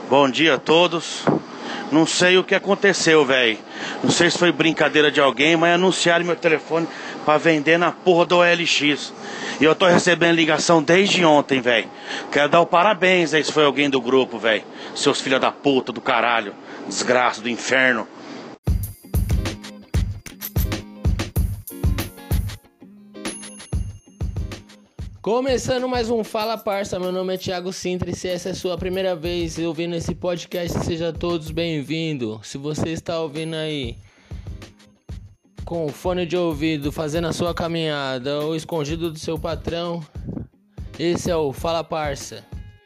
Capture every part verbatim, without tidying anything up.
Bom dia a todos. Não sei o que aconteceu, velho. Não sei se foi brincadeira de alguém, mas anunciaram meu telefone pra vender na porra do O L X. E eu tô recebendo ligação desde ontem, velho. Quero dar o parabéns aí se foi alguém do grupo, velho. Seus filha da puta do caralho. Desgraça do inferno. Começando mais um Fala Parça, meu nome é Thiago Sintra e se essa é a sua primeira vez ouvindo esse podcast, seja todos bem-vindos. Se você está ouvindo aí com o fone de ouvido, fazendo a sua caminhada ou escondido do seu patrão, esse é o Fala Parça.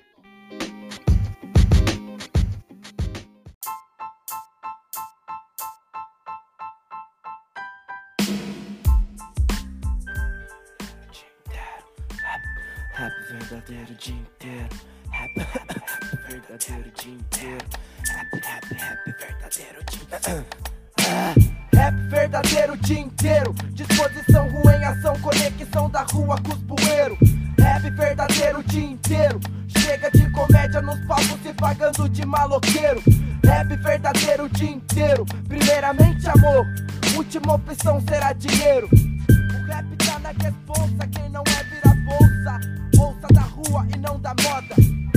Rap verdadeiro o dia inteiro. Rap, rap, rap verdadeiro o dia inteiro. Rap, rap, rap verdadeiro o dia inteiro. Rap verdadeiro o dia inteiro. Disposição, rua em ação, conexão da rua com os bueiros. Rap verdadeiro o dia inteiro. Chega de comédia nos palcos se pagando de maloqueiro. Rap verdadeiro o dia inteiro. Primeiramente amor, última opção será dinheiro. O rap tá na responsa, quem não é vira bolsa. Bolsa da rua e não da moda.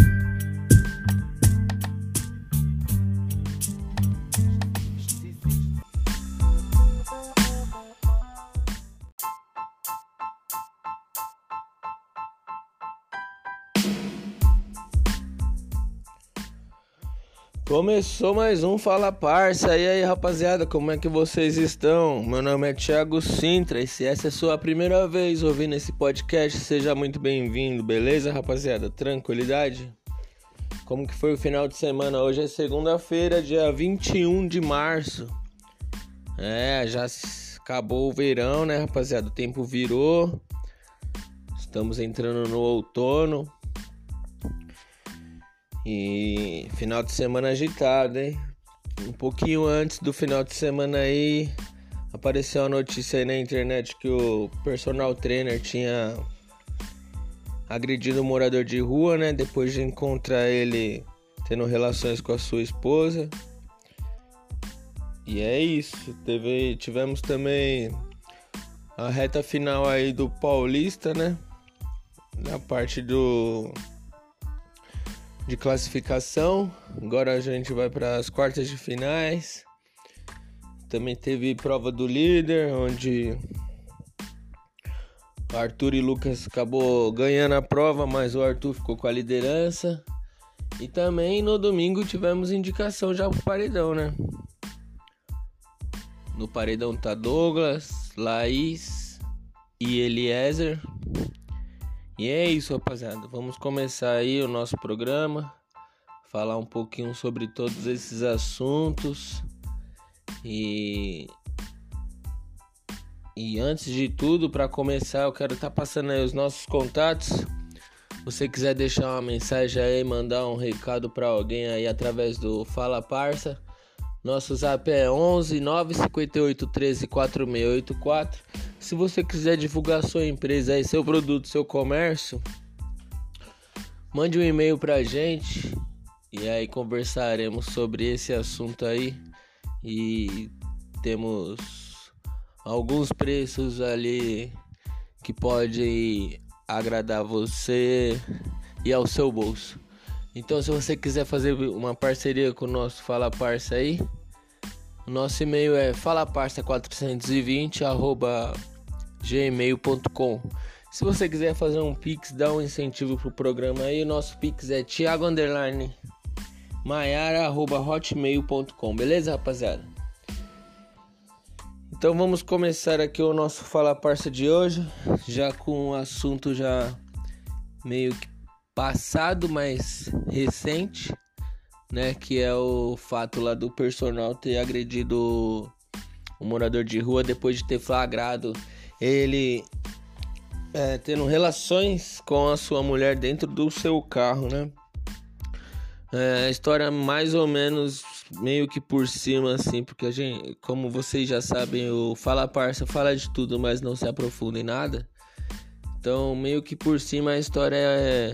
Começou mais um Fala Parça. E aí, rapaziada, como é que vocês estão? Meu nome é Thiago Sintra e se essa é a sua primeira vez ouvindo esse podcast, seja muito bem-vindo, beleza, rapaziada? Tranquilidade? Como que foi o final de semana? Hoje é segunda-feira, dia vinte e um de março. É, já acabou o verão, né, rapaziada? O tempo virou. Estamos entrando no outono. E final de semana agitado, hein? Um pouquinho antes do final de semana aí, apareceu a notícia aí na internet que o personal trainer tinha agredido um morador de rua, né? Depois de encontrar ele tendo relações com a sua esposa. E é isso. Teve, tivemos também a reta final aí do Paulista, né? Na parte do... de classificação. Agora a gente vai para as quartas de finais. Também teve prova do líder, onde Arthur e Lucas acabou ganhando a prova, mas o Arthur ficou com a liderança. E também no domingo tivemos indicação já pro paredão, né? No paredão tá Douglas, Laís e Eliezer. E é isso, rapaziada, vamos começar aí o nosso programa, falar um pouquinho sobre todos esses assuntos e, e antes de tudo, para começar, eu quero estar tá passando aí os nossos contatos. Se você quiser deixar uma mensagem aí, mandar um recado para alguém aí através do Fala Parça, nosso zap é onze nove cinco oito um três quatro seis oito quatro. Se você quiser divulgar sua empresa aí, seu produto, seu comércio, mande um e-mail pra gente e aí conversaremos sobre esse assunto aí. E temos alguns preços ali que podem agradar você e ao seu bolso. Então, se você quiser fazer uma parceria com o nosso Fala Parça aí, o nosso e-mail é falaparça quatrocentos e vinte arroba gmail ponto com. Se você quiser fazer um pix, dar um incentivo pro programa aí, o nosso pix é thiago underline maiara arroba hotmail ponto com, beleza, rapaziada? Então vamos começar aqui o nosso Fala Parça de hoje, já com um assunto já meio que passado, mas recente, né, que é o fato lá do personal ter agredido um morador de rua depois de ter flagrado ele é, tendo relações com a sua mulher dentro do seu carro, né? É, a história mais ou menos meio que por cima, assim, porque a gente, como vocês já sabem, o Fala Parça fala de tudo, mas não se aprofunda em nada. Então, meio que por cima a história é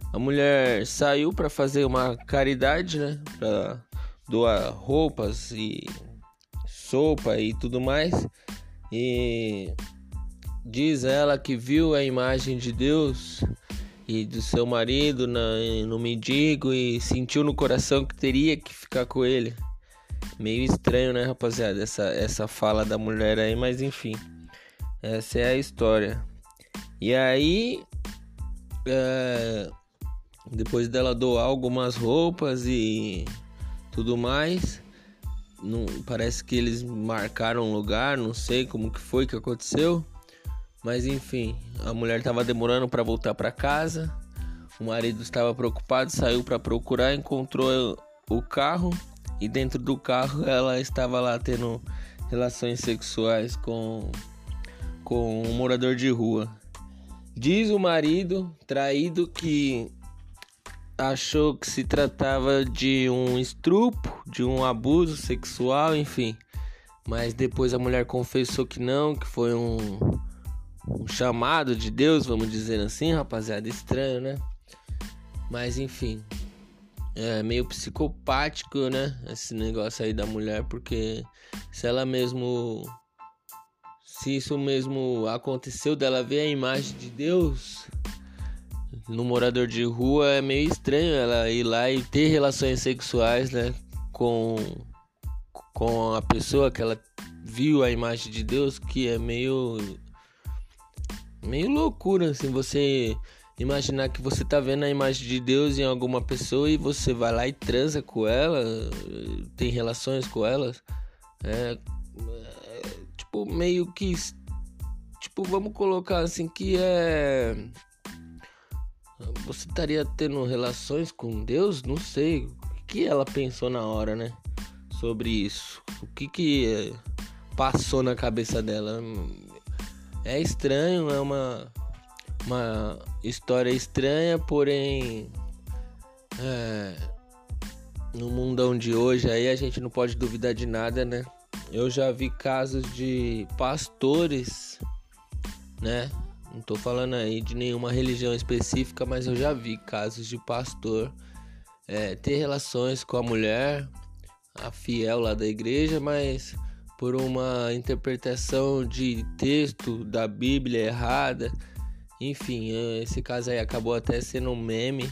A mulher saiu para fazer uma caridade, né? Para doar roupas e sopa e tudo mais. E diz ela que viu a imagem de Deus e do seu marido na, no mendigo e sentiu no coração que teria que ficar com ele. Meio estranho, né, rapaziada, essa, essa fala da mulher aí, mas enfim, essa é a história. E aí, é, depois dela doar algumas roupas e tudo mais, não, parece que eles marcaram um lugar, não sei como que foi que aconteceu, mas enfim, a mulher estava demorando para voltar para casa, o marido estava preocupado, saiu para procurar, encontrou o carro. E dentro do carro ela estava lá tendo relações sexuais com, com um morador de rua. Diz o marido traído que achou que se tratava de um estupro, de um abuso sexual, enfim. Mas depois a mulher confessou que não, que foi um, um chamado de Deus, vamos dizer assim, rapaziada. Estranho, né? Mas enfim. É meio psicopático, né? Esse negócio aí da mulher, porque se ela mesmo... Se isso mesmo aconteceu dela ver a imagem de Deus no morador de rua, é meio estranho ela ir lá e ter relações sexuais, né? Com, com a pessoa que ela viu a imagem de Deus, que é meio... Meio loucura, assim, você... Imaginar que você tá vendo a imagem de Deus em alguma pessoa e você vai lá e transa com ela, tem relações com elas, é, é tipo meio que, tipo, vamos colocar assim que é, você estaria tendo relações com Deus, não sei, o que ela pensou na hora, né, sobre isso, o que que passou na cabeça dela, é estranho, é uma... Uma história estranha, porém é, no mundão de hoje aí a gente não pode duvidar de nada, né? Eu já vi casos de pastores, né? Não tô falando aí de nenhuma religião específica, mas eu já vi casos de pastor é, ter relações com a mulher, a fiel lá da igreja, mas por uma interpretação de texto da Bíblia errada. Enfim, esse caso aí acabou até sendo um meme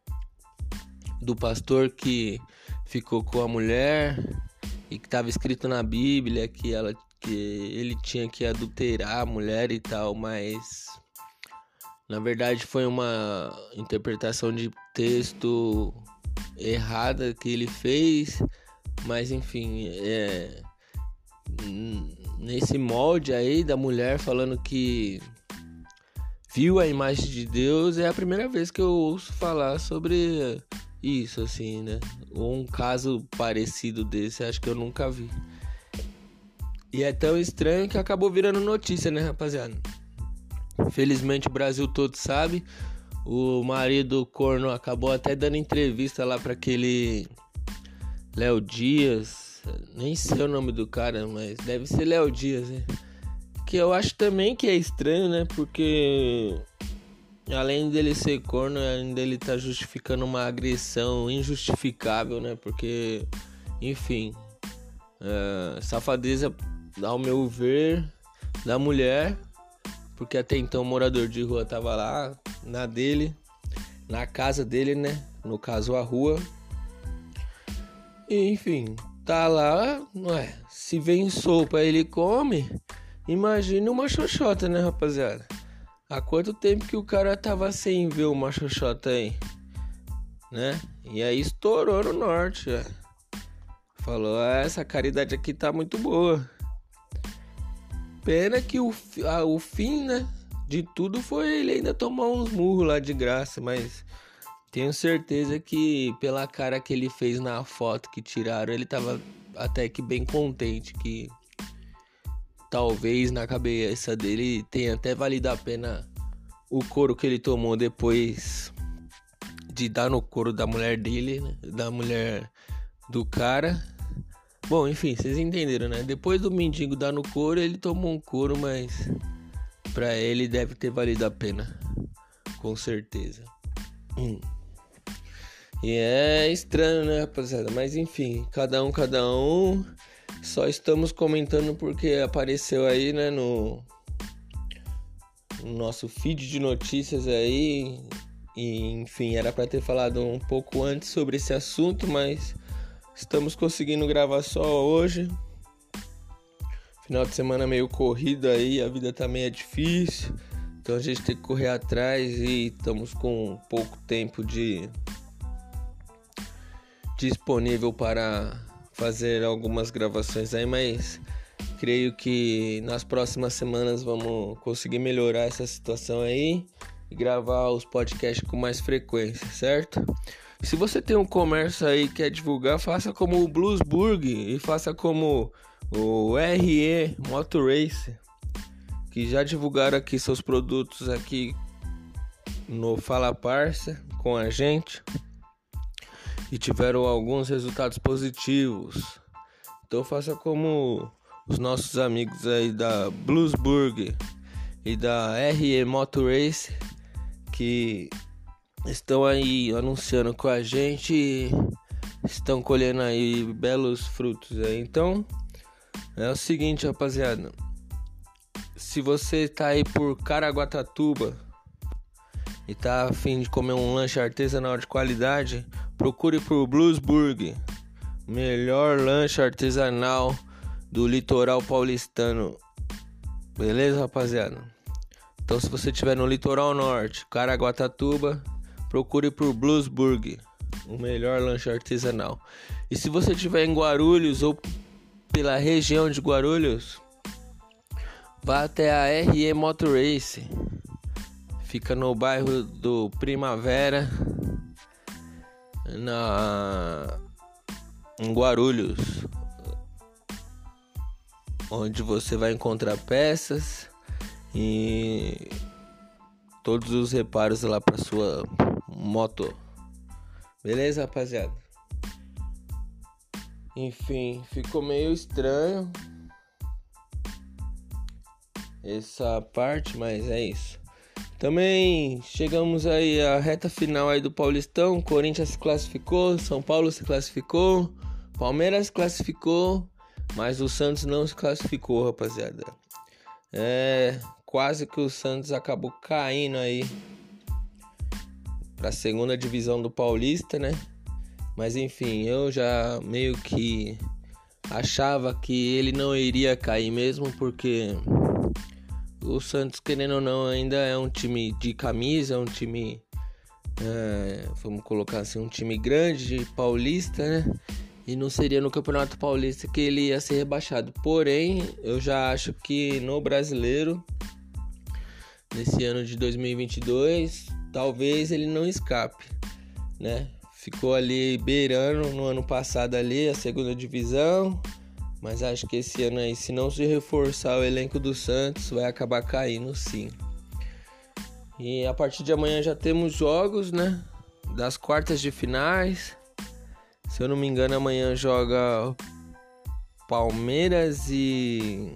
do pastor que ficou com a mulher e que estava escrito na Bíblia que, ela, que ele tinha que adulterar a mulher e tal, mas na verdade foi uma interpretação de texto errada que ele fez, mas enfim, é, nesse molde aí da mulher falando que viu a imagem de Deus, é a primeira vez que eu ouço falar sobre isso, assim, né? Ou um caso parecido desse, acho que eu nunca vi. E é tão estranho que acabou virando notícia, né, rapaziada? Felizmente o Brasil todo sabe. O marido corno acabou até dando entrevista lá para aquele Léo Dias. Nem sei o nome do cara, mas deve ser Léo Dias, né? Que eu acho também que é estranho, né? Porque além dele ser corno, ainda ele tá justificando uma agressão injustificável, né? Porque, enfim, é, safadeza, ao meu ver, da mulher. Porque até então o morador de rua tava lá, na dele, na casa dele, né? No caso, a rua. E, enfim, tá lá, não é? Se vem sopa, ele come... Imagine uma xoxota, né, rapaziada? Há quanto tempo que o cara tava sem ver uma xoxota aí, né? E aí estourou no norte, é. Falou, ah, essa caridade aqui tá muito boa. Pena que o, ah, o fim, né, de tudo foi ele ainda tomar uns murros lá de graça, mas tenho certeza que pela cara que ele fez na foto que tiraram, ele tava até que bem contente que... Talvez na cabeça dele tenha até valido a pena o couro que ele tomou depois de dar no couro da mulher dele, né? Da mulher do cara. Bom, enfim, vocês entenderam, né? Depois do mendigo dar no couro, ele tomou um couro, mas pra ele deve ter valido a pena, com certeza. E é estranho, né, rapaziada? Mas enfim, cada um, cada um. Só estamos comentando porque apareceu aí, né, no, no nosso feed de notícias aí. E, enfim, era pra ter falado um pouco antes sobre esse assunto, mas estamos conseguindo gravar só hoje. Final de semana meio corrido aí, a vida também é difícil. Então a gente tem que correr atrás e estamos com pouco tempo de disponível para fazer algumas gravações aí, mas creio que nas próximas semanas vamos conseguir melhorar essa situação aí e gravar os podcasts com mais frequência, certo? Se você tem um comércio aí que quer divulgar, faça como o Bluesburg e faça como o R E Motor Race, que já divulgaram aqui seus produtos aqui no Fala Parça com a gente e tiveram alguns resultados positivos. Então faça como os nossos amigos aí da Bluesburg e da R E Motor Race, que estão aí anunciando com a gente e estão colhendo aí belos frutos aí. Então é o seguinte, rapaziada, se você tá aí por Caraguatatuba e tá a fim de comer um lanche artesanal de qualidade, procure por Bluesburg, melhor lanche artesanal do litoral paulistano. Beleza, rapaziada? Então, se você estiver no litoral norte, Caraguatatuba, procure por Bluesburg, o melhor lanche artesanal. E se você estiver em Guarulhos ou pela região de Guarulhos, vá até a R E Motor Race. Fica no bairro do Primavera, na em Guarulhos, onde você vai encontrar peças e todos os reparos lá para sua moto. Beleza, rapaziada? Enfim, ficou meio estranho essa parte, mas é isso. Também chegamos aí à reta final aí do Paulistão. Corinthians se classificou, São Paulo se classificou, Palmeiras se classificou, mas o Santos não se classificou, rapaziada. É, quase que o Santos acabou caindo aí pra segunda divisão do Paulista, né? Mas enfim, eu já meio que achava que ele não iria cair mesmo, porque o Santos, querendo ou não, ainda é um time de camisa, é um time, é, vamos colocar assim, um time grande, paulista, né? E não seria no Campeonato Paulista que ele ia ser rebaixado. Porém, eu já acho que no Brasileiro, nesse ano de dois mil e vinte e dois, talvez ele não escape, né? Ficou ali beirando no ano passado ali a segunda divisão, mas acho que esse ano aí, se não se reforçar o elenco do Santos, vai acabar caindo sim. E a partir de amanhã já temos jogos, né? Das quartas de finais. Se eu não me engano, amanhã joga Palmeiras e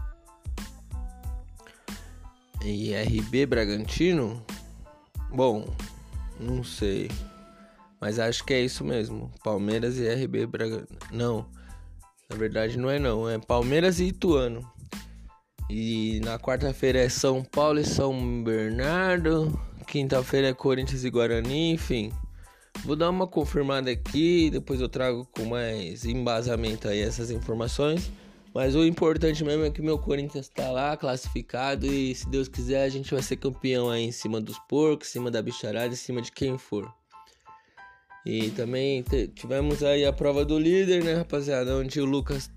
e R B Bragantino. Bom, não sei, mas acho que é isso mesmo. Palmeiras e R B Bragantino. Não, na verdade não é não, é Palmeiras e Ituano. E na quarta-feira é São Paulo e São Bernardo. Quinta-feira é Corinthians e Guarani, enfim. Vou dar uma confirmada aqui, depois eu trago com mais embasamento aí essas informações. Mas o importante mesmo é que meu Corinthians tá lá classificado e, se Deus quiser, a gente vai ser campeão aí em cima dos porcos, em cima da bicharada, em cima de quem for. E também t- tivemos aí a prova do líder, né, rapaziada, onde o Lucas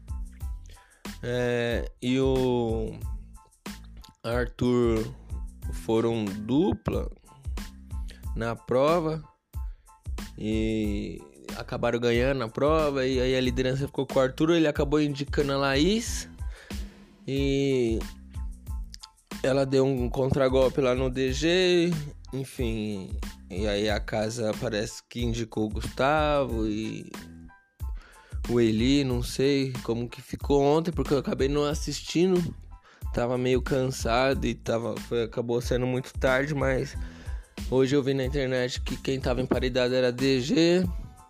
é, e o Arthur foram dupla na prova e acabaram ganhando a prova. E aí a liderança ficou com o Arthur, ele acabou indicando a Laís e ela deu um contragolpe lá no D G, enfim. E aí a casa parece que indicou o Gustavo e o Eli, não sei como que ficou ontem, porque eu acabei não assistindo, tava meio cansado e tava, foi, acabou sendo muito tarde, mas Hoje eu vi na internet que quem tava emparedado era D G,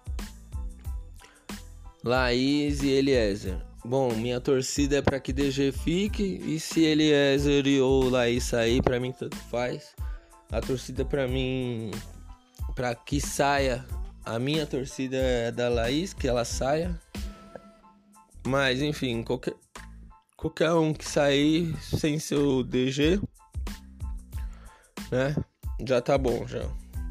Laís e Eliezer. Bom, minha torcida é pra que D G fique, e se Eliezer ou Laís sair, pra mim tanto faz. A torcida pra mim, pra que saia, a minha torcida é da Laís, que ela saia. Mas enfim, qualquer, qualquer um que sair sem ser o D G, né, já tá bom já.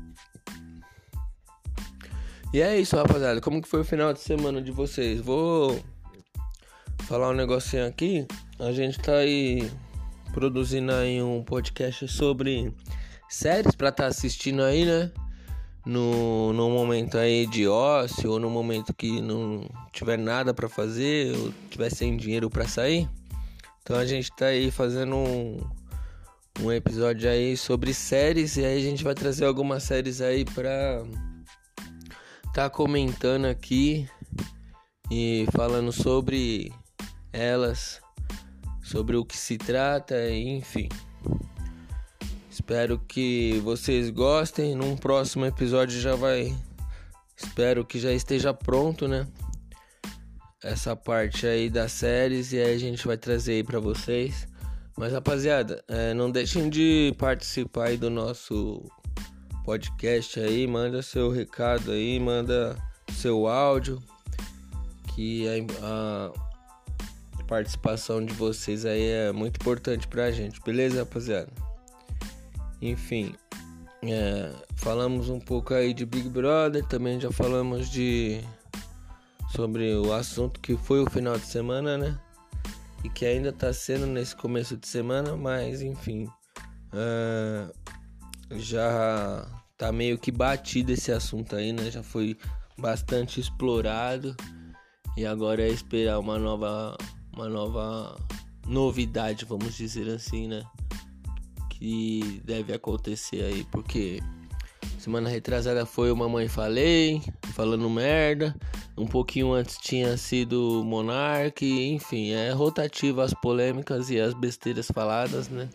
E é isso, rapaziada. Como que foi o final de semana de vocês? Vou falar um negocinho aqui. A gente tá aí produzindo aí um podcast sobre séries pra tá assistindo aí, né? No, no momento aí de ócio, ou no momento que não tiver nada pra fazer, ou tiver sem dinheiro pra sair. Então a gente tá aí fazendo um, um episódio aí sobre séries. E aí a gente vai trazer algumas séries aí pra tá comentando aqui e falando sobre elas, sobre o que se trata, enfim. Espero que vocês gostem. Num próximo episódio já vai, espero que já esteja pronto, né, essa parte aí das séries, e aí a gente vai trazer aí pra vocês. Mas rapaziada, é, não deixem de participar aí do nosso podcast aí, manda seu recado aí, manda seu áudio, que a, a participação de vocês aí é muito importante pra gente, beleza, rapaziada? Enfim, é, falamos um pouco aí de Big Brother, também já falamos de sobre o assunto que foi o final de semana, né? E que ainda tá sendo nesse começo de semana, mas enfim, é, já tá meio que batido esse assunto aí, né? Já foi bastante explorado e agora é esperar uma nova, uma nova novidade, vamos dizer assim, né? Que deve acontecer aí, porque semana retrasada foi o Mamãe Falei, falando merda. Um pouquinho antes tinha sido Monark, enfim, é rotativo as polêmicas e as besteiras faladas, né?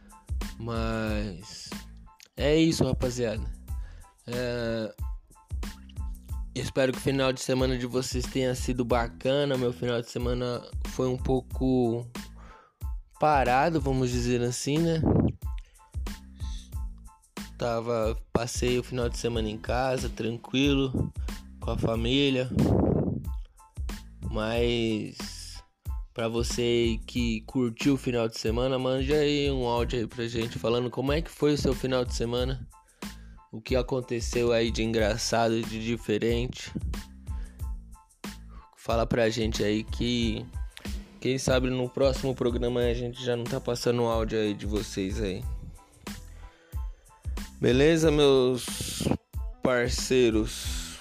Mas é isso, rapaziada. É... Espero que o final de semana de vocês tenha sido bacana. Meu final de semana foi um pouco parado, vamos dizer assim, né? Tava, passei o final de semana em casa, tranquilo, com a família. Mas pra você que curtiu o final de semana, mande aí um áudio aí pra gente falando como é que foi o seu final de semana, o que aconteceu aí de engraçado e de diferente. Fala pra gente aí que quem sabe no próximo programa a gente já não tá passando o áudio aí de vocês aí. Beleza, meus parceiros?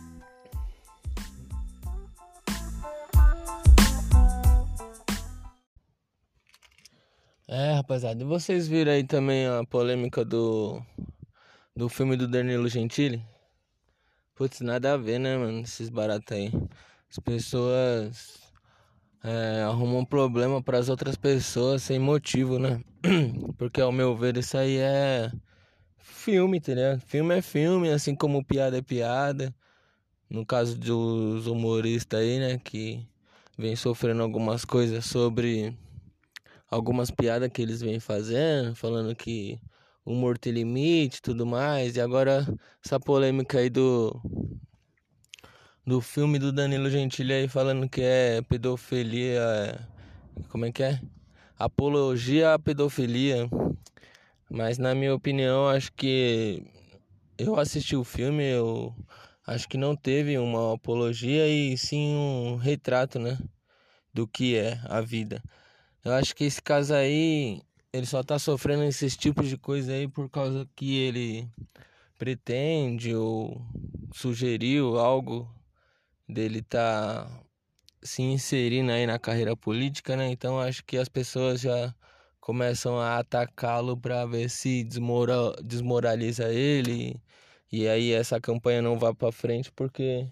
É, rapaziada, e vocês viram aí também a polêmica do do filme do Danilo Gentili? Putz, nada a ver, né, mano, esses baratos aí. As pessoas é, arrumam problema pras outras pessoas sem motivo, né? Porque ao meu ver isso aí é filme, entendeu? Filme é filme, assim como piada é piada. No caso dos humoristas aí, né, que vem sofrendo algumas coisas sobre algumas piadas que eles vêm fazendo, falando que o humor tem limite e tudo mais. E agora essa polêmica aí do do filme do Danilo Gentili aí, falando que é pedofilia, como é que é? Apologia à pedofilia. Mas na minha opinião, acho que eu assisti o filme, eu acho que não teve uma apologia e sim um retrato, né, do que é a vida. Eu acho que esse caso aí, ele só tá sofrendo esses tipos de coisa aí por causa que ele pretende ou sugeriu algo dele tá se inserindo aí na carreira política, né? Então acho que as pessoas já começam a atacá-lo para ver se desmora, desmoraliza ele, e aí essa campanha não vai para frente, porque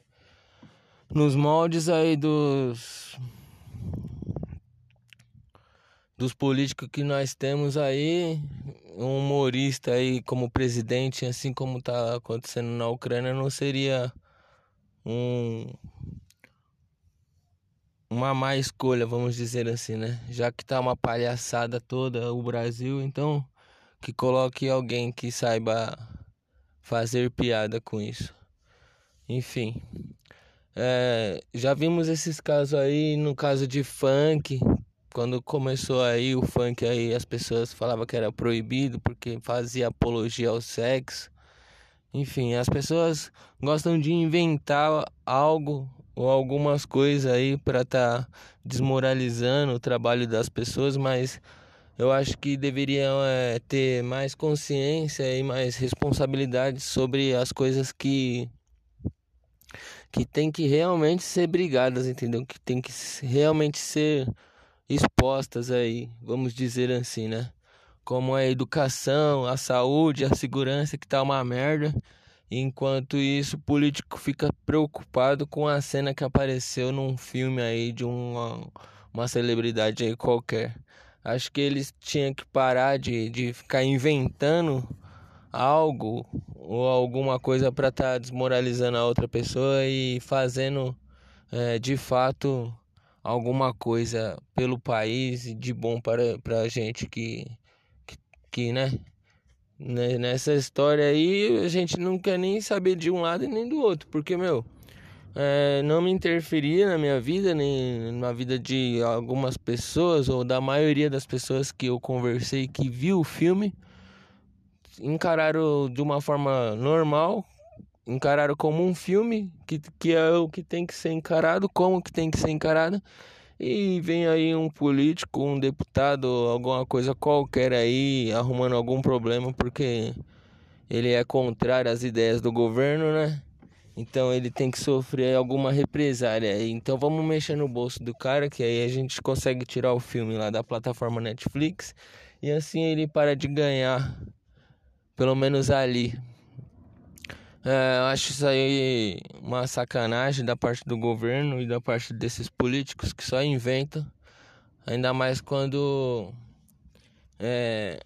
nos moldes aí dos dos políticos que nós temos aí, um humorista aí como presidente, assim como tá acontecendo na Ucrânia, não seria um uma má escolha, vamos dizer assim, né? Já que tá uma palhaçada toda o Brasil, então que coloque alguém que saiba fazer piada com isso. Enfim, é, já vimos esses casos aí no caso de funk. Quando começou aí o funk, aí as pessoas falavam que era proibido porque fazia apologia ao sexo. Enfim, as pessoas gostam de inventar algo ou algumas coisas aí para tá desmoralizando o trabalho das pessoas, mas eu acho que deveriam é, ter mais consciência e mais responsabilidade sobre as coisas que que tem que realmente ser brigadas, entendeu? Que tem que realmente ser expostas aí, vamos dizer assim, né? Como a educação, a saúde, a segurança, que tá uma merda. Enquanto isso, o político fica preocupado com a cena que apareceu num filme aí de uma, uma celebridade aí qualquer. Acho que eles tinham que parar de, de ficar inventando algo ou alguma coisa para estar tá desmoralizando a outra pessoa e fazendo é, de fato alguma coisa pelo país e de bom para, para a gente que, que, que, né? Nessa história aí a gente não quer nem saber de um lado e nem do outro, porque, meu, é, não me interferia na minha vida, nem na vida de algumas pessoas, ou da maioria das pessoas que eu conversei que viu o filme, encararam de uma forma normal, encararam como um filme, que, que é o que tem que ser encarado, como que tem que ser encarado. E vem aí um político, um deputado, alguma coisa qualquer aí, arrumando algum problema, porque ele é contrário às ideias do governo, né? Então ele tem que sofrer alguma represália. Então vamos mexer no bolso do cara, que aí a gente consegue tirar o filme lá da plataforma Netflix. E assim ele para de ganhar, pelo menos ali. É, eu acho isso aí uma sacanagem da parte do governo e da parte desses políticos que só inventam. Ainda mais quando, é,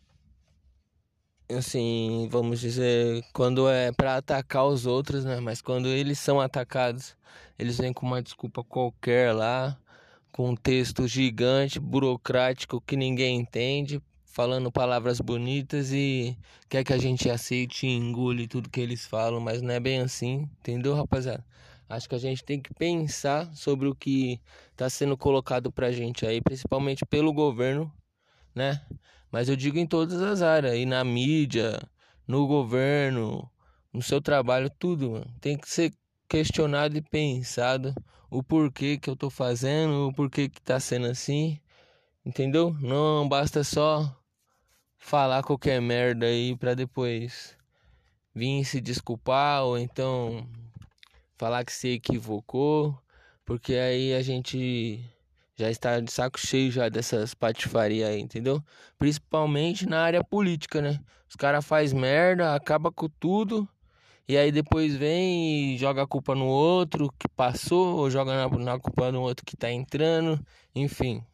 assim, vamos dizer, quando é para atacar os outros, né? Mas quando eles são atacados, eles vêm com uma desculpa qualquer lá, com um texto gigante, burocrático, que ninguém entende, falando palavras bonitas e quer que a gente aceite e engule tudo que eles falam, mas não é bem assim, entendeu, rapaziada? Acho que a gente tem que pensar sobre o que está sendo colocado pra gente aí, principalmente pelo governo, né? Mas eu digo em todas as áreas, e na mídia, no governo, no seu trabalho, tudo, mano. Tem que ser questionado e pensado o porquê que eu tô fazendo, o porquê que tá sendo assim, entendeu? Não basta só falar qualquer merda aí pra depois vir se desculpar ou então falar que se equivocou, porque aí a gente já está de saco cheio já dessas patifarias aí, entendeu? Principalmente na área política, né? Os caras fazem merda, acaba com tudo e aí depois vem e joga a culpa no outro que passou ou joga na, na culpa no outro que tá entrando, enfim.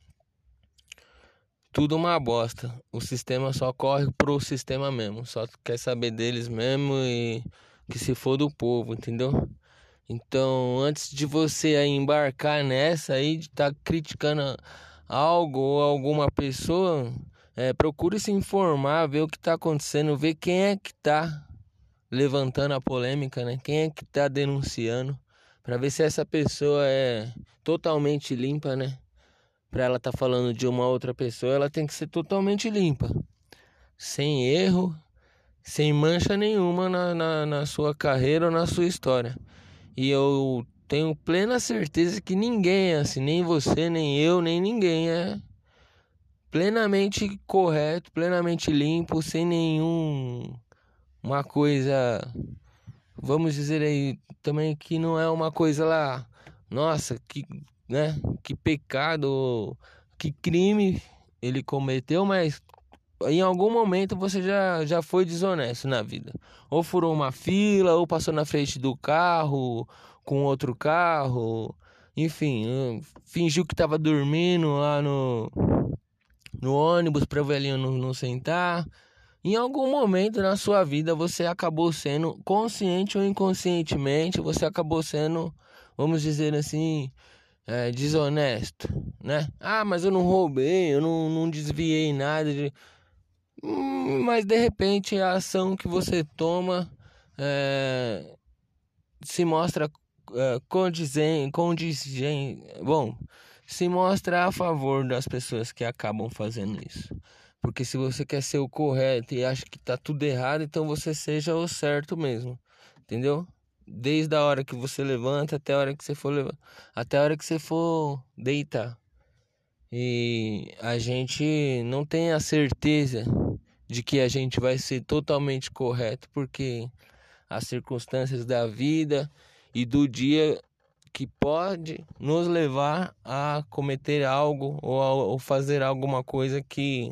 Tudo uma bosta. O sistema só corre pro sistema mesmo. Só quer saber deles mesmo e que se for do povo, entendeu? Então, antes de você aí embarcar nessa aí, de estar tá criticando algo ou alguma pessoa, é, procure se informar, ver o que tá acontecendo, ver quem é que tá levantando a polêmica, né? Quem é que tá denunciando, pra ver se essa pessoa é totalmente limpa, né? Pra ela tá falando de uma outra pessoa, ela tem que ser totalmente limpa, sem erro, sem mancha nenhuma na, na, na sua carreira ou na sua história. E eu tenho plena certeza que ninguém é assim, nem você, nem eu, nem ninguém é plenamente correto, plenamente limpo, sem nenhum uma coisa, vamos dizer aí também que não é uma coisa lá, nossa, que, né, que pecado, que crime ele cometeu, mas em algum momento você já, já foi desonesto na vida. Ou furou uma fila, ou passou na frente do carro com outro carro, enfim, fingiu que estava dormindo lá no, no ônibus para o velhinho não, não sentar. Em algum momento na sua vida você acabou sendo, consciente ou inconscientemente, você acabou sendo, vamos dizer assim, é, desonesto, né? Ah, mas eu não roubei, eu não, não desviei nada. De... Hum, mas de repente a ação que você toma é, se mostra é, condizente, condizente, bom, se mostra a favor das pessoas que acabam fazendo isso. Porque se você quer ser o correto e acha que tá tudo errado, então você seja o certo mesmo, entendeu? Desde a hora que você levanta até a hora que você for levar, até a hora que você for deitar. E a gente não tem a certeza de que a gente vai ser totalmente correto, porque as circunstâncias da vida e do dia que pode nos levar a cometer algo ou, a, ou fazer alguma coisa que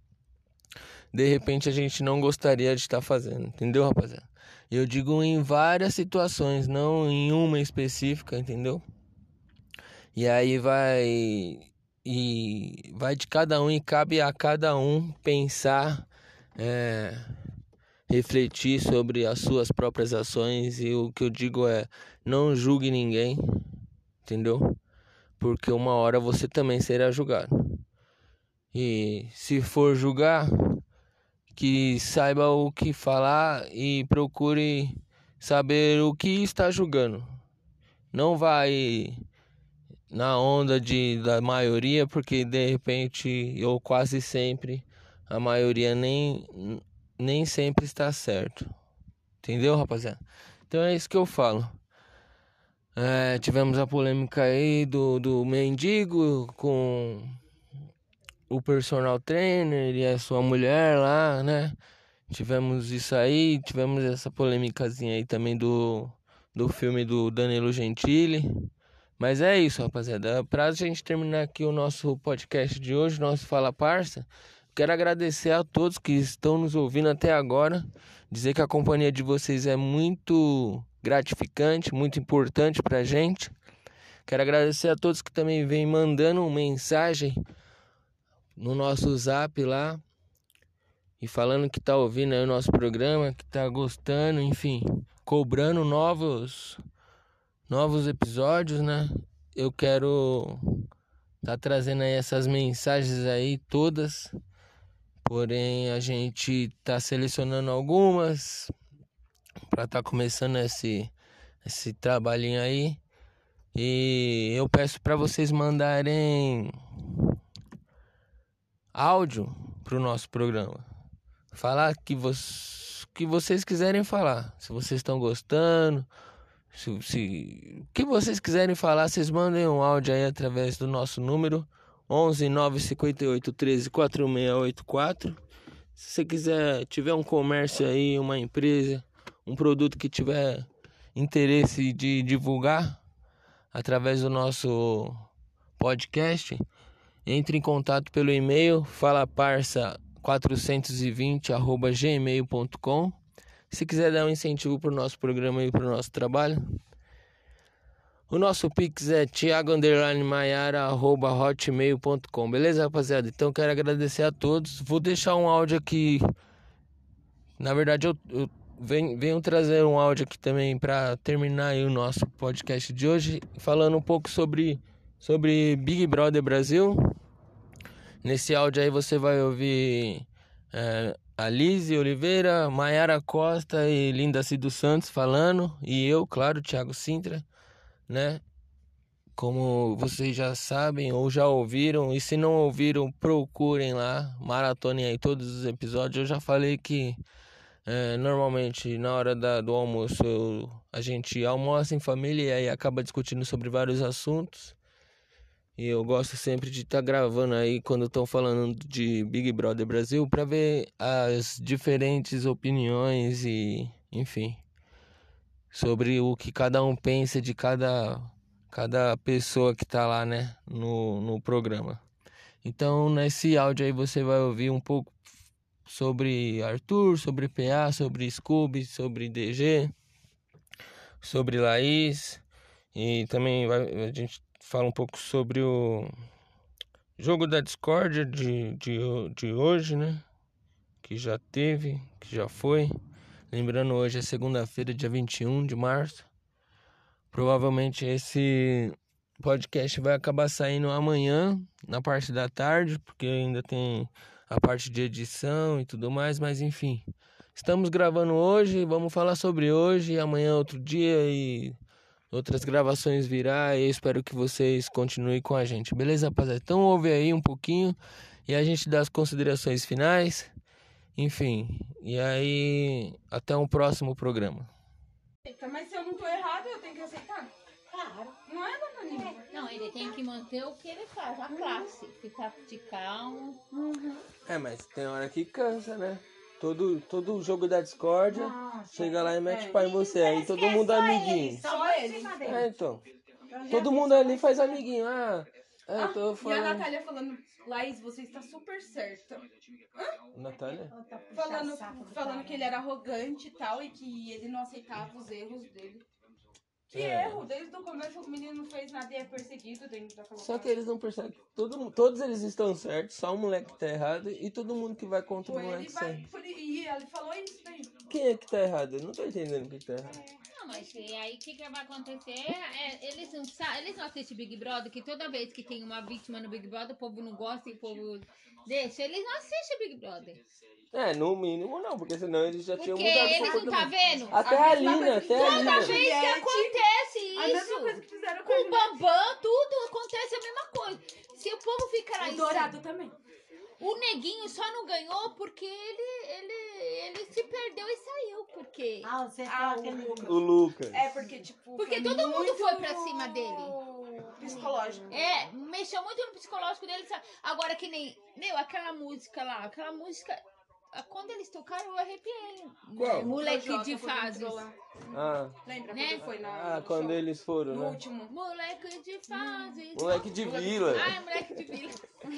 de repente a gente não gostaria de estar fazendo, entendeu, rapaziada? Eu digo em várias situações, não em uma específica, entendeu? E aí vai e vai de cada um e cabe a cada um pensar, é, refletir sobre as suas próprias ações. E o que eu digo é, não julgue ninguém, entendeu? Porque uma hora você também será julgado. E se for julgar, que saiba o que falar e procure saber o que está julgando. Não vai na onda de, da maioria, porque de repente, ou quase sempre, a maioria nem, nem sempre está certo. Entendeu, rapaziada? Então é isso que eu falo. É, tivemos a polêmica aí do, do mendigo com o personal trainer e a sua mulher lá, né? Tivemos isso aí, tivemos essa polêmicazinha aí também do, do filme do Danilo Gentili. Mas é isso, rapaziada. Pra gente terminar aqui o nosso podcast de hoje, nosso Fala Parça, quero agradecer a todos que estão nos ouvindo até agora. Dizer que a companhia de vocês é muito gratificante, muito importante pra gente. Quero agradecer a todos que também vêm mandando mensagem no nosso zap lá e falando que tá ouvindo aí o nosso programa, que tá gostando, enfim, cobrando novos novos episódios, né? Eu quero tá trazendo aí essas mensagens aí todas, porém a gente tá selecionando algumas para tá começando esse esse trabalhinho aí. E eu peço para vocês mandarem áudio pro nosso programa. Falar que, vo- que vocês quiserem falar. Se vocês estão gostando, se, se o que vocês quiserem falar, vocês mandem um áudio aí através do nosso número onze nove cinco oito um três quatro seis oito quatro. Se você quiser, tiver um comércio aí, uma empresa, um produto que tiver interesse de divulgar através do nosso podcast, entre em contato pelo e-mail falaparça quatrocentos e vinte arroba gmail ponto com. Se quiser dar um incentivo pro nosso programa e pro nosso trabalho, o nosso pix é thiago underline maiara arroba hotmail ponto com. Beleza, rapaziada? Então quero agradecer a todos. Vou deixar um áudio aqui. Na verdade eu, eu venho, venho trazer um áudio aqui também para terminar aí o nosso podcast de hoje, falando um pouco sobre, sobre Big Brother Brasil. Nesse áudio aí você vai ouvir é, a Lise Oliveira, Maiara Costa e Linda Cido Santos falando. E eu, claro, Thiago Sintra, né? Como vocês já sabem ou já ouviram. E se não ouviram, procurem lá, maratonem aí todos os episódios. Eu já falei que é, normalmente na hora da, do almoço eu, a gente almoça em família e aí acaba discutindo sobre vários assuntos. E eu gosto sempre de estar tá gravando aí quando estão falando de Big Brother Brasil para ver as diferentes opiniões e, enfim, sobre o que cada um pensa de cada, cada pessoa que tá lá, né, no, no programa. Então, nesse áudio aí você vai ouvir um pouco sobre Arthur, sobre P A, sobre Scooby, sobre D G, sobre Laís, e também vai, a gente fala um pouco sobre o Jogo da discórdia de, de, de hoje, né? Que já teve, que já foi. Lembrando, hoje é segunda-feira, dia vinte e um de março. Provavelmente esse podcast vai acabar saindo amanhã, na parte da tarde, porque ainda tem a parte de edição e tudo mais, mas enfim. Estamos gravando hoje, vamos falar sobre hoje, amanhã é outro dia e outras gravações virá, e eu espero que vocês continuem com a gente, beleza, rapaziada? Então ouve aí um pouquinho e a gente dá as considerações finais, enfim, e aí até um próximo programa. Mas se eu não tô errado, eu tenho que aceitar? Claro. Não é, dona Nívia? Não, ele tem que manter o que ele faz, a classe. Ficar de calmo. É, mas tem hora que cansa, né? Todo, todo jogo da discórdia, chega lá e mete é. pau em você, aí todo mundo é amiguinho. Só ele. É, então, todo mundo ali faz amiguinho, ah... É, eu tô E a falando... Natália falando, Laís, você está super certa. Natália? Falando, falando que ele era arrogante e tal, e que ele não aceitava os erros dele. Que É. erro? Desde o começo o menino não fez nada e é perseguido dentro daquela Só que casa. eles não percebem que todo, todos eles estão certos, só o moleque que tá errado e todo mundo que vai contra o Foi ele moleque vai, certo. por- e ele falou isso daí. Quem é que tá errado? Eu não tô entendendo quem tá errado. Não, mas e aí o que, que vai acontecer? É, eles, não sa- eles não assistem Big Brother, que toda vez que tem uma vítima no Big Brother, o povo não gosta e o povo deixa. Eles não assistem Big Brother. É, no mínimo não, porque senão eles já tinham Porque mudado o eles não tá comportamento. vendo? Até A a mesma Lina, coisa até que a toda Lina. Toda vez que Juliette, acontece A mesma coisa isso, que fizeram com, com a o Juliette. Bambam, tudo acontece a mesma coisa. Se o povo fica lá O em Dourado também. O Neguinho só não ganhou porque ele, ele, ele se perdeu e saiu. Porque, Ah, você Ah, fala o aquele... Lucas. O Lucas. É porque, tipo. Porque foi todo mundo muito foi pra cima dele. Psicológico. é, mexeu muito no psicológico dele. Sabe? Agora que nem, meu, aquela música lá, aquela música... Quando eles tocaram, eu arrepiei. Qual? Moleque Projota, de quando ele fases. entrou lá. Ah, Lembra Né? quando foi na, ah, no quando show? eles foram, No né? último. Moleque de fases. Moleque de vila. Ai, moleque de vila.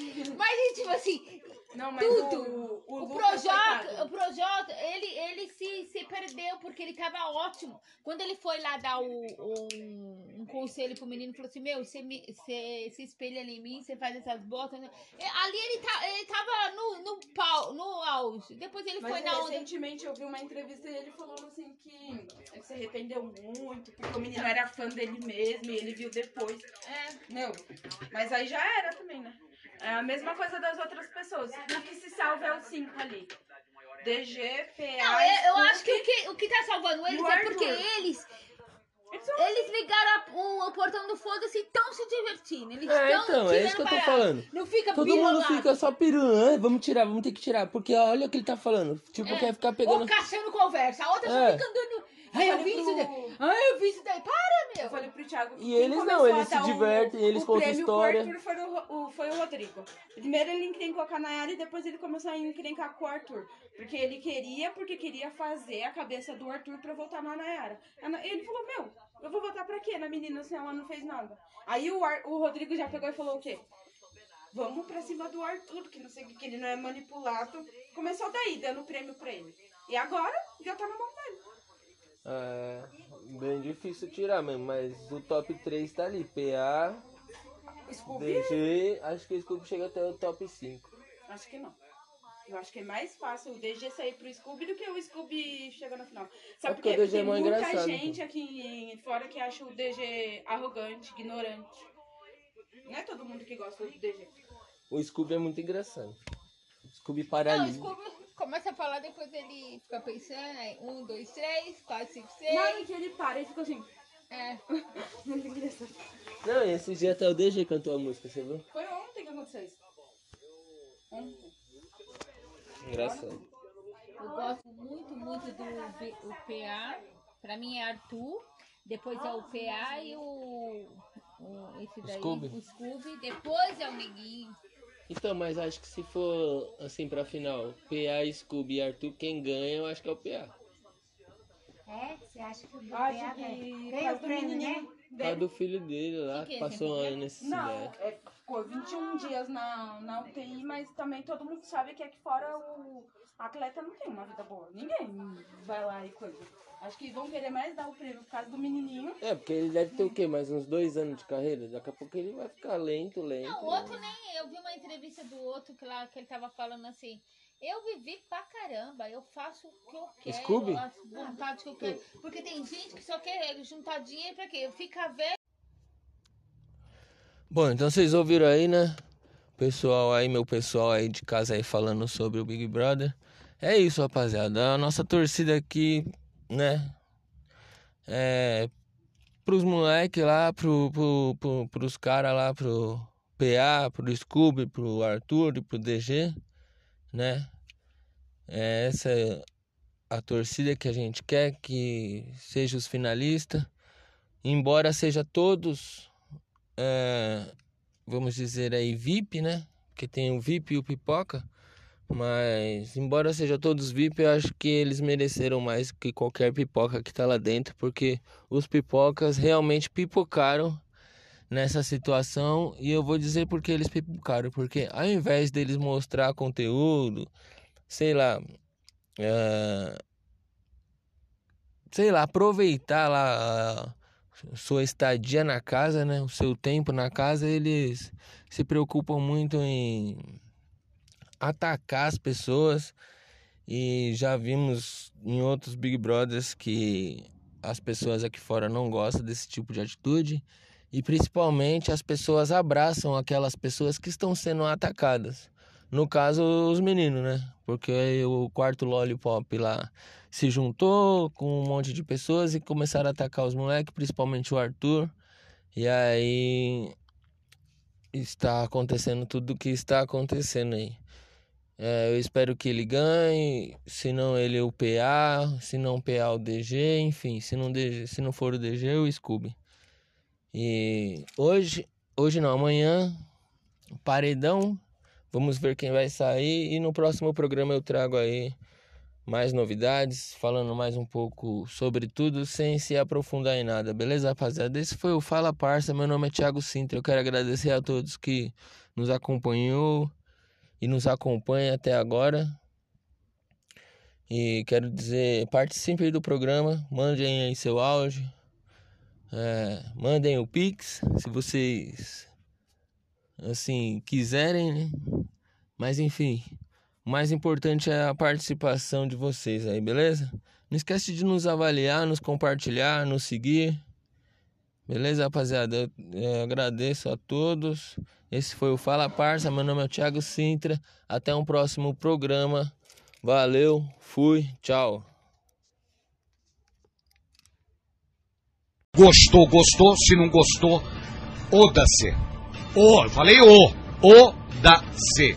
Mas, tipo assim, Não, mas tudo. o, o, O Lucas, Projota, coitado. o Projota, ele, ele se, se perdeu porque ele tava ótimo. Quando ele foi lá dar o, o- um conselho pro menino, falou assim, meu, você me- você se espelha em mim, você faz essas botas. né? É, Ali ele, tá, ele tava no, no pau, no auge. Depois ele Mas foi na onda. recentemente eu vi uma entrevista e ele falou assim que ele se arrependeu muito, porque o menino era fã dele mesmo e ele viu depois. É. Meu, mas aí já era também, né? É a mesma coisa das outras pessoas. O que se salva é o cinco ali. D G, P A. Não, eu, eu Scoop. acho que o, que o que tá salvando eles E o é porque Arthur? eles, Eles são- eles ligaram a- o, o portão do foda-se e estão se divertindo. Eles É, estão então, é isso que eu tô tirando falando. barato. Não fica Todo mundo bilolado. fica só pirando, ah, vamos tirar, vamos ter que tirar, porque olha o que ele tá falando. Tipo, É. quer ficar pegando... Ou caçando conversa. A outra É. só fica andando. Ai, eu falei vi isso pro- daí. Ai, eu vi isso daí. Para, Eu meu. falei pro Thiago que E quem eles não, começou eles a se dar o- divertem, eles o contam prêmio pro história. Arthur foi o, o- foi o Rodrigo. Primeiro ele encrencou com a Nayara e depois ele começou a encrencar com o Arthur. Porque ele queria, porque queria fazer a cabeça do Arthur pra voltar na Nayara. A Na- Ele falou, meu, eu vou votar pra quê na menina se ela não fez nada? Aí o, Ar- o Rodrigo já pegou e falou o quê? Vamos pra cima do Arthur, que não sei o que, que ele não é manipulado. Começou daí, dando prêmio pra ele. E agora já tá na mão dele. É bem difícil tirar mesmo, mas o top três tá ali. P A, Scooby? D G, acho que o Scooby chega até o top cinco. Acho que não. Eu acho que é mais fácil o D G sair pro Scooby do que o Scooby chegar na final. Sabe É por porque quê? o D G Porque é tem mó muita engraçado, gente aqui em fora que acha o D G arrogante, ignorante. Não é todo mundo que gosta do D G. O Scooby é muito engraçado. O Scooby Não, paralisa. o Scooby começa a falar, depois ele fica pensando. Aí, um, dois, três, quatro, cinco, seis. Na hora que ele para e fica assim. É. Muito engraçado. Não, e esse dia até o D G cantou a música, você viu? Foi ontem que aconteceu isso. Ontem. Engraçado. Eu gosto muito, muito do V- o P A. Pra mim é Arthur. Depois é o P A e o. o esse daí, Scooby. o Scooby. Depois é o Neguinho. Então, mas acho que se for assim pra final, P A, Scooby e Arthur, quem ganha eu acho que é o P A. É? Você acha que o B Acho A que ganha? por Ganha causa o do prêmio, menininho né? Por causa do filho dele lá, Que que que é passou esse uma necessidade. Não, é, ficou vinte e um dias na, na U T I, mas também todo mundo sabe que aqui fora o atleta não tem uma vida boa. Ninguém vai lá e coisa. Acho que vão querer mais dar o prêmio por causa do menininho. É, porque ele deve ter o quê? Mais uns dois anos de carreira? Daqui a pouco ele vai ficar lento, lento. Não, o outro nem... Eu vi uma entrevista do outro que, lá, que ele tava falando assim... Eu vivi pra caramba, eu faço o que eu quero, Scooby? as vontades que eu quero. Porque tem gente que só quer juntar dinheiro pra quê? Ficar velho. Bom, então vocês ouviram aí, né? Pessoal aí, meu pessoal aí de casa aí falando sobre o Big Brother. É isso, rapaziada. A nossa torcida aqui, né? É... Pros moleques lá, pro, pro, pro, pros caras lá, pro P A, pro Scooby, pro Arthur e pro D G, né? É essa é a torcida que a gente quer, que seja os finalistas, embora seja todos, é, vamos dizer aí, V I P, né? Porque tem o V I P e o Pipoca, mas embora seja todos V I P, eu acho que eles mereceram mais que qualquer pipoca que tá lá dentro, porque os pipocas realmente pipocaram nessa situação. E eu vou dizer porque eles pipocaram, porque ao invés deles mostrar conteúdo, sei lá, é, sei lá, aproveitar lá a sua estadia na casa, né, o seu tempo na casa, eles se preocupam muito em atacar as pessoas. E já vimos em outros Big Brothers que as pessoas aqui fora não gostam desse tipo de atitude. E principalmente as pessoas abraçam aquelas pessoas que estão sendo atacadas. No caso, os meninos, né? Porque o quarto Lollipop lá se juntou com um monte de pessoas e começaram a atacar os moleques, principalmente o Arthur. E aí está acontecendo tudo o que está acontecendo aí. É, eu espero que ele ganhe, se não ele o P A, se não o P A o D G, enfim, se não, D G, se não for o D G, o Scooby. E hoje, hoje não, amanhã, paredão, vamos ver quem vai sair. E no próximo programa eu trago aí mais novidades, falando mais um pouco sobre tudo, sem se aprofundar em nada, beleza, rapaziada? Esse foi o Fala Parça, meu nome é Thiago Sintra, eu quero agradecer a todos que nos acompanhou e nos acompanha até agora. E quero dizer, participem do programa, mandem aí seu áudio, é, mandem o Pix, se vocês assim quiserem, né? Mas enfim, o mais importante é a participação de vocês aí, beleza? Não esquece de nos avaliar, nos compartilhar, nos seguir. Beleza, rapaziada? Eu, eu agradeço a todos. Esse foi o Fala Parça. Meu nome é Thiago Sintra. Até um próximo programa. Valeu, fui, tchau. Gostou, gostou. Se não gostou, oda-se. Ô, eu falei o. Oda-se.